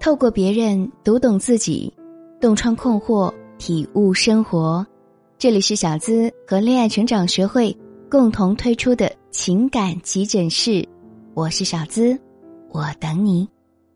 透过别人读懂自己，洞穿困惑，体悟生活。这里是小资和恋爱成长学会共同推出的情感急诊室，我是小资，我等你。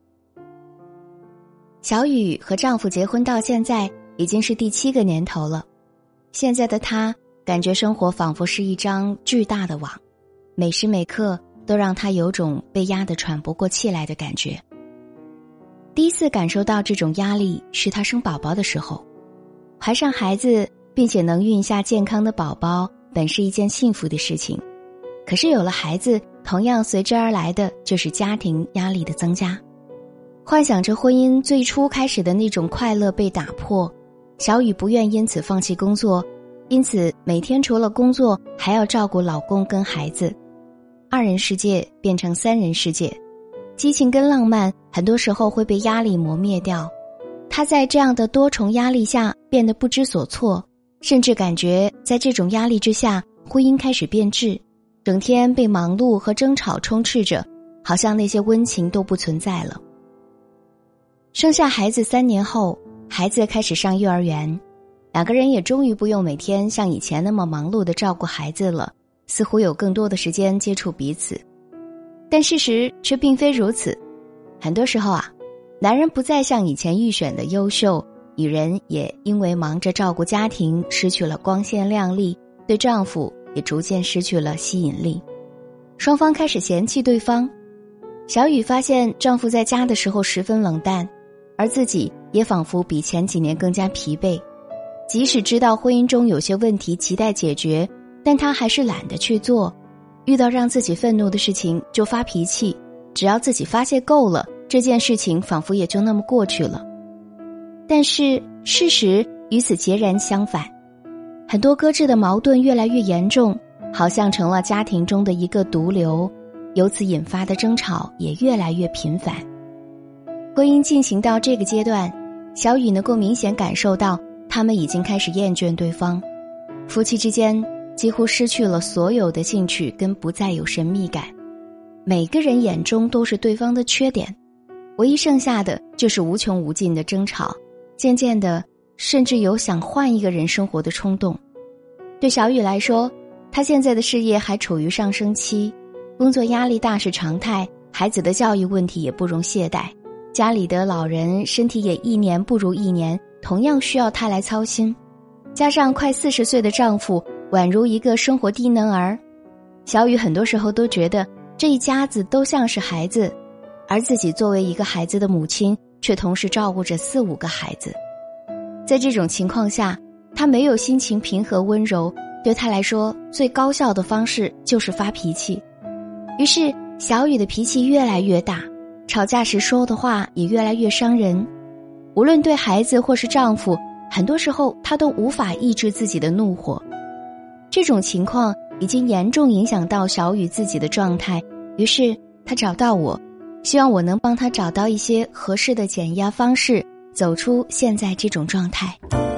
小雨和丈夫结婚到现在已经是第7个年头了，现在的她感觉生活仿佛是一张巨大的网，每时每刻都让她有种被压得喘不过气来的感觉。第一次感受到这种压力是她生宝宝的时候，怀上孩子并且能孕下健康的宝宝本是一件幸福的事情，可是有了孩子，同样随之而来的就是家庭压力的增加。幻想着婚姻最初开始的那种快乐被打破，小雨不愿因此放弃工作，因此每天除了工作还要照顾老公跟孩子，2人世界变成3人世界，激情跟浪漫很多时候会被压力磨灭掉。她在这样的多重压力下变得不知所措，甚至感觉在这种压力之下，婚姻开始变质，整天被忙碌和争吵充斥着，好像那些温情都不存在了。生下孩子3年后，孩子开始上幼儿园，2个人也终于不用每天像以前那么忙碌地照顾孩子了，似乎有更多的时间接触彼此。但事实却并非如此，很多时候男人不再像以前预选的优秀，女人也因为忙着照顾家庭失去了光鲜亮丽，对丈夫也逐渐失去了吸引力，双方开始嫌弃对方。小雨发现丈夫在家的时候十分冷淡，而自己也仿佛比前几年更加疲惫，即使知道婚姻中有些问题亟待解决，但她还是懒得去做，遇到让自己愤怒的事情就发脾气，只要自己发泄够了，这件事情仿佛也就那么过去了。但是事实与此截然相反，很多搁置的矛盾越来越严重，好像成了家庭中的一个毒瘤，由此引发的争吵也越来越频繁。婚姻进行到这个阶段，小雨能够明显感受到他们已经开始厌倦对方，夫妻之间几乎失去了所有的兴趣跟不再有神秘感，每个人眼中都是对方的缺点，唯一剩下的就是无穷无尽的争吵，渐渐的甚至有想换一个人生活的冲动。对小雨来说，她现在的事业还处于上升期，工作压力大是常态，孩子的教育问题也不容懈怠，家里的老人身体也1年不如1年，同样需要她来操心，加上快40岁的丈夫宛如一个生活低能儿，小雨很多时候都觉得这一家子都像是孩子，而自己作为一个孩子的母亲，却同时照顾着4、5个孩子。在这种情况下，她没有心情平和温柔，对她来说最高效的方式就是发脾气。于是小雨的脾气越来越大，吵架时说的话也越来越伤人，无论对孩子或是丈夫，很多时候她都无法抑制自己的怒火。这种情况已经严重影响到小雨自己的状态，于是她找到我，希望我能帮她找到一些合适的减压方式，走出现在这种状态。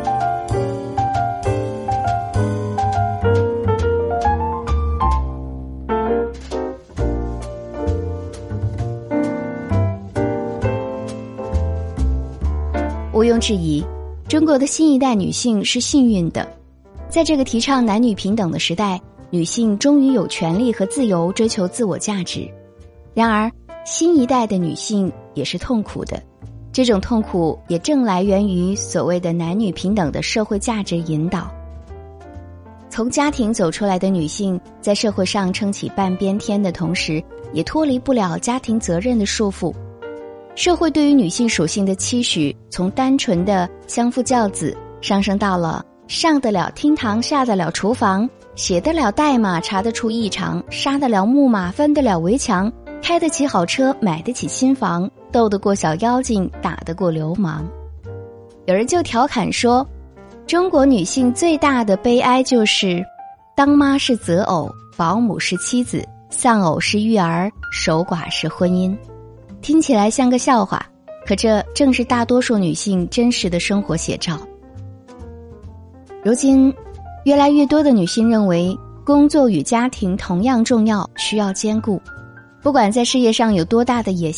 毋庸置疑，中国的新一代女性是幸运的，在这个提倡男女平等的时代，女性终于有权利和自由追求自我价值。然而新一代的女性也是痛苦的，这种痛苦也正来源于所谓的男女平等的社会价值引导。从家庭走出来的女性，在社会上撑起半边天的同时，也脱离不了家庭责任的束缚。社会对于女性属性的期许，从单纯的相夫教子上升到了上得了厅堂下得了厨房，写得了代码查得出异常，杀得了木马翻得了围墙，开得起好车买得起新房，斗得过小妖精打得过流氓。有人就调侃说，中国女性最大的悲哀就是当妈是择偶，保姆是妻子，丧偶是育儿，守寡是婚姻。听起来像个笑话，可这正是大多数女性真实的生活写照。如今越来越多的女性认为工作与家庭同样重要，需要兼顾。不管在事业上有多大的野心，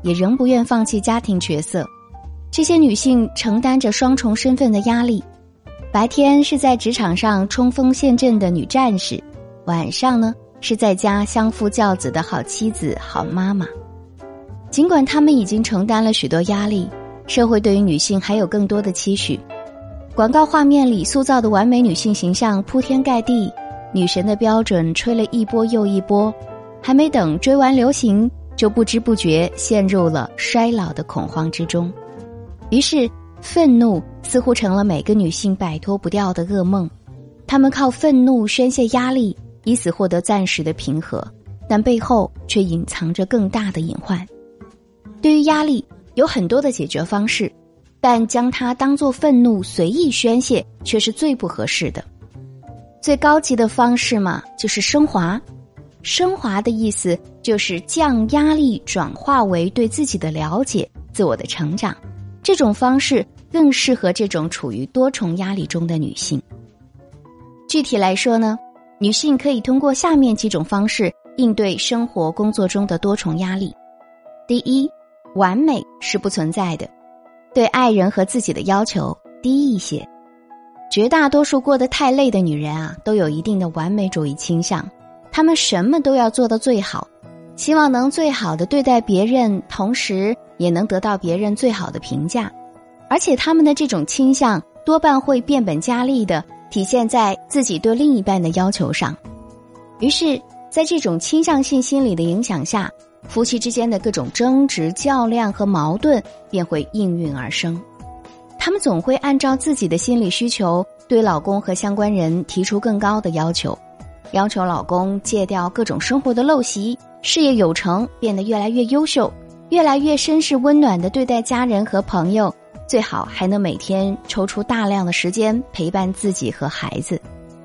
也仍不愿放弃家庭角色。这些女性承担着双重身份的压力，白天是在职场上冲锋陷阵的女战士，晚上呢是在家相夫教子的好妻子、好妈妈。尽管她们已经承担了许多压力，社会对于女性还有更多的期许。广告画面里塑造的完美女性形象铺天盖地，女神的标准吹了一波又一波，还没等追完流行，就不知不觉陷入了衰老的恐慌之中。于是愤怒似乎成了每个女性摆脱不掉的噩梦。她们靠愤怒宣泄压力，以此获得暂时的平和，但背后却隐藏着更大的隐患。对于压力有很多的解决方式，但将它当作愤怒随意宣泄却是最不合适的。最高级的方式嘛，就是升华。升华的意思就是将压力转化为对自己的了解、自我的成长。这种方式更适合这种处于多重压力中的女性。具体来说呢，女性可以通过下面几种方式应对生活工作中的多重压力。第一，完美是不存在的，对爱人和自己的要求低一些。绝大多数过得太累的女人啊，都有一定的完美主义倾向，她们什么都要做到最好，希望能最好的对待别人，同时也能得到别人最好的评价。而且她们的这种倾向多半会变本加厉地体现在自己对另一半的要求上。于是在这种倾向性心理的影响下，夫妻之间的各种争执、较量和矛盾便会应运而生。他们总会按照自己的心理需求，对老公和相关人提出更高的要求，要求老公戒掉各种生活的陋习，事业有成，变得越来越优秀，越来越绅士温暖地对待家人和朋友，最好还能每天抽出大量的时间陪伴自己和孩子。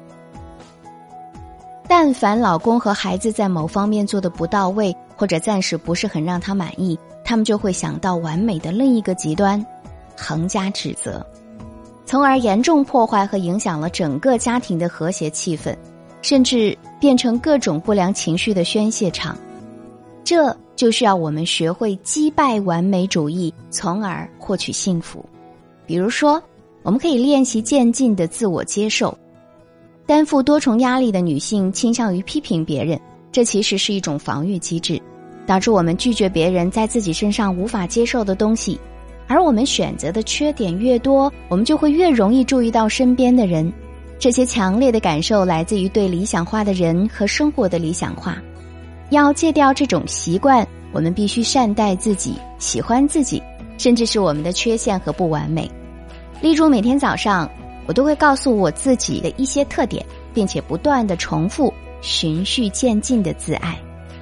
但凡老公和孩子在某方面做得不到位，或者暂时不是很让他满意，他们就会想到完美的另一个极端，横加指责，从而严重破坏和影响了整个家庭的和谐气氛，甚至变成各种不良情绪的宣泄场。这就需要我们学会击败完美主义，从而获取幸福。比如说，我们可以练习渐进的自我接受。担负多重压力的女性倾向于批评别人，这其实是一种防御机制，导致我们拒绝别人在自己身上无法接受的东西。而我们选择的缺点越多，我们就会越容易注意到身边的人。这些强烈的感受来自于对理想化的人和生活的理想化。要戒掉这种习惯，我们必须善待自己，喜欢自己，甚至是我们的缺陷和不完美。例如每天早上，我都会告诉我自己的一些特点，并且不断地重复循序渐进的自爱。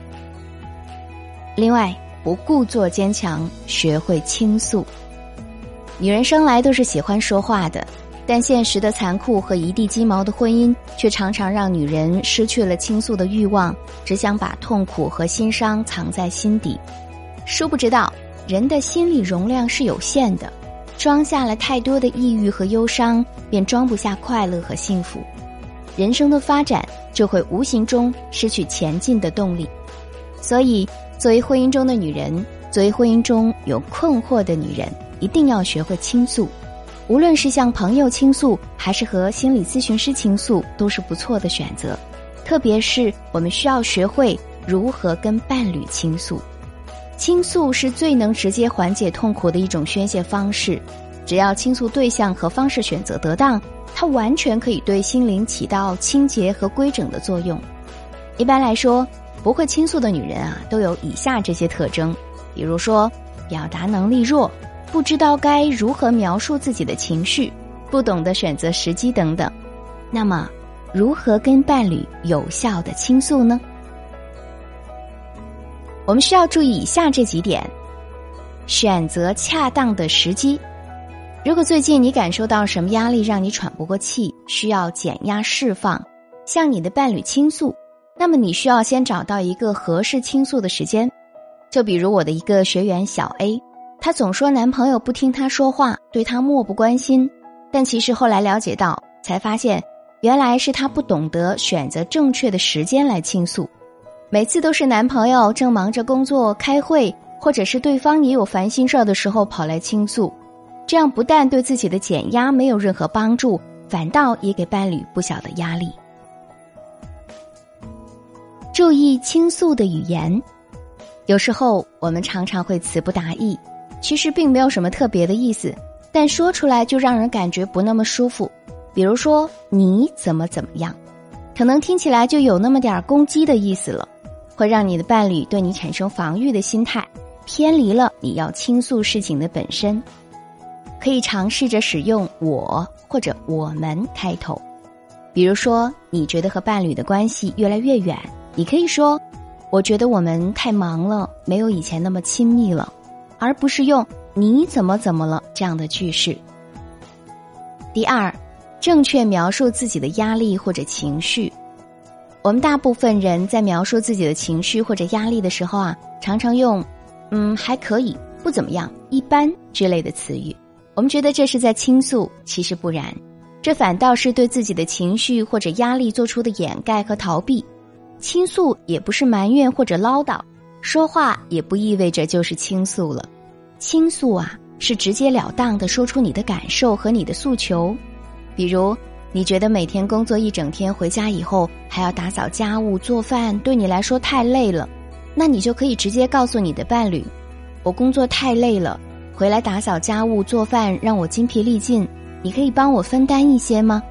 另外，不故作坚强，学会倾诉。女人生来都是喜欢说话的，但现实的残酷和一地鸡毛的婚姻却常常让女人失去了倾诉的欲望，只想把痛苦和心伤藏在心底。殊不知道，人的心理容量是有限的，装下了太多的抑郁和忧伤，便装不下快乐和幸福。人生的发展就会无形中失去前进的动力。所以，作为婚姻中的女人，作为婚姻中有困惑的女人，一定要学会倾诉。无论是向朋友倾诉，还是和心理咨询师倾诉，都是不错的选择。特别是我们需要学会如何跟伴侣倾诉。倾诉是最能直接缓解痛苦的一种宣泄方式，只要倾诉对象和方式选择得当，它完全可以对心灵起到清洁和规整的作用。一般来说，不会倾诉的女人啊，都有以下这些特征，比如说表达能力弱，不知道该如何描述自己的情绪，不懂得选择时机等等。那么，如何跟伴侣有效的倾诉呢？我们需要注意以下这几点：选择恰当的时机。如果最近你感受到什么压力让你喘不过气，需要减压释放，向你的伴侣倾诉，那么你需要先找到一个合适倾诉的时间。就比如我的一个学员小 A， 她总说男朋友不听她说话，对她漠不关心，但其实后来了解到，才发现原来是她不懂得选择正确的时间来倾诉。每次都是男朋友正忙着工作开会， 或者是对方也有烦心事儿的时候跑来倾诉，这样不但对自己的减压没有任何帮助，反倒也给伴侣不小的压力。注意倾诉的语言，有时候我们常常会词不达意，其实并没有什么特别的意思，但说出来就让人感觉不那么舒服。比如说你怎么样，可能听起来就有那么点攻击的意思了，会让你的伴侣对你产生防御的心态，偏离了你要倾诉事情的本身。可以尝试着使用我或者我们开头，比如说你觉得和伴侣的关系越来越远，你可以说我觉得我们太忙了，没有以前那么亲密了，而不是用你怎么了这样的句式。第二，正确描述自己的压力或者情绪。我们大部分人在描述自己的情绪或者压力的时候常常用还可以、不怎么样、一般之类的词语。我们觉得这是在倾诉，其实不然，这反倒是对自己的情绪或者压力做出的掩盖和逃避。倾诉也不是埋怨或者唠叨，说话也不意味着就是倾诉了。倾诉是直截了当地说出你的感受和你的诉求。比如你觉得每天工作一整天回家以后还要打扫家务做饭，对你来说太累了，那你就可以直接告诉你的伴侣，我工作太累了，回来打扫家务做饭让我精疲力尽，你可以帮我分担一些吗？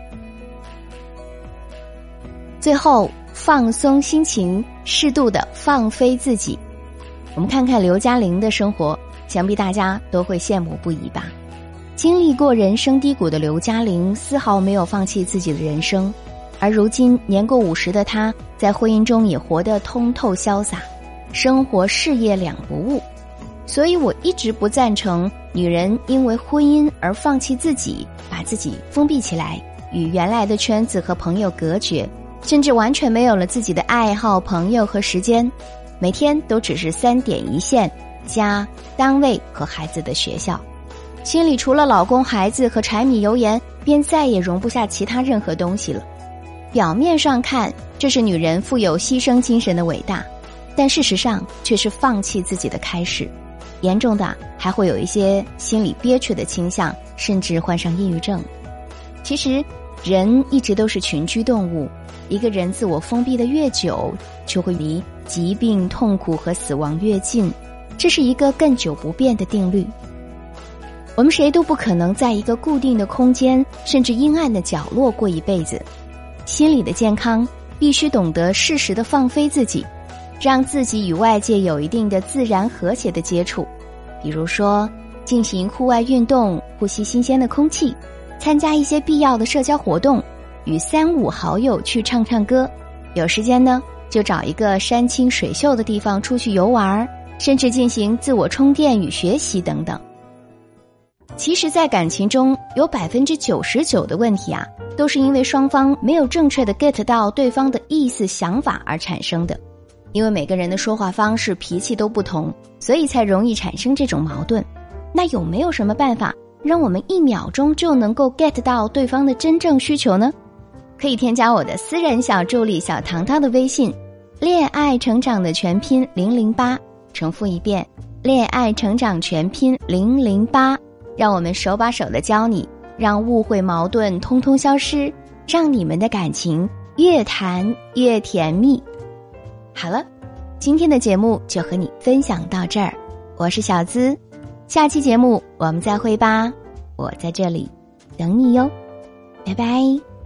最后，放松心情，适度的放飞自己。我们看看刘嘉玲的生活，想必大家都会羡慕不已吧。经历过人生低谷的刘嘉玲丝毫没有放弃自己的人生，而如今年过50的她，在婚姻中也活得通透潇洒，生活事业两不误。所以我一直不赞成女人因为婚姻而放弃自己，把自己封闭起来，与原来的圈子和朋友隔绝，甚至完全没有了自己的爱好、朋友和时间，每天都只是3点一线，家、单位和孩子的学校，心里除了老公、孩子和柴米油盐，便再也容不下其他任何东西了。表面上看，这是女人富有牺牲精神的伟大，但事实上却是放弃自己的开始。严重的还会有一些心理憋屈的倾向，甚至患上抑郁症。其实人一直都是群居动物，一个人自我封闭的越久，就会离疾病、痛苦和死亡越近，这是一个亘久不变的定律。我们谁都不可能在一个固定的空间，甚至阴暗的角落过一辈子。心理的健康必须懂得适时的放飞自己，让自己与外界有一定的自然和谐的接触，比如说进行户外运动，呼吸新鲜的空气，参加一些必要的社交活动，与3、5好友去唱唱歌，有时间呢就找一个山清水秀的地方出去游玩，甚至进行自我充电与学习等等。其实在感情中有 99% 的问题都是因为双方没有正确的 get 到对方的意思想法而产生的。因为每个人的说话方式脾气都不同，所以才容易产生这种矛盾。那有没有什么办法让我们1秒钟就能够 get 到对方的真正需求呢？可以添加我的私人小助理小糖糖的微信，恋爱成长的全拼008，重复一遍，恋爱成长全拼008，让我们手把手的教你，让误会矛盾通通消失，让你们的感情越谈越甜蜜。好了，今天的节目就和你分享到这儿，我是小资，下期节目我们再会吧，我在这里等你哟，拜拜。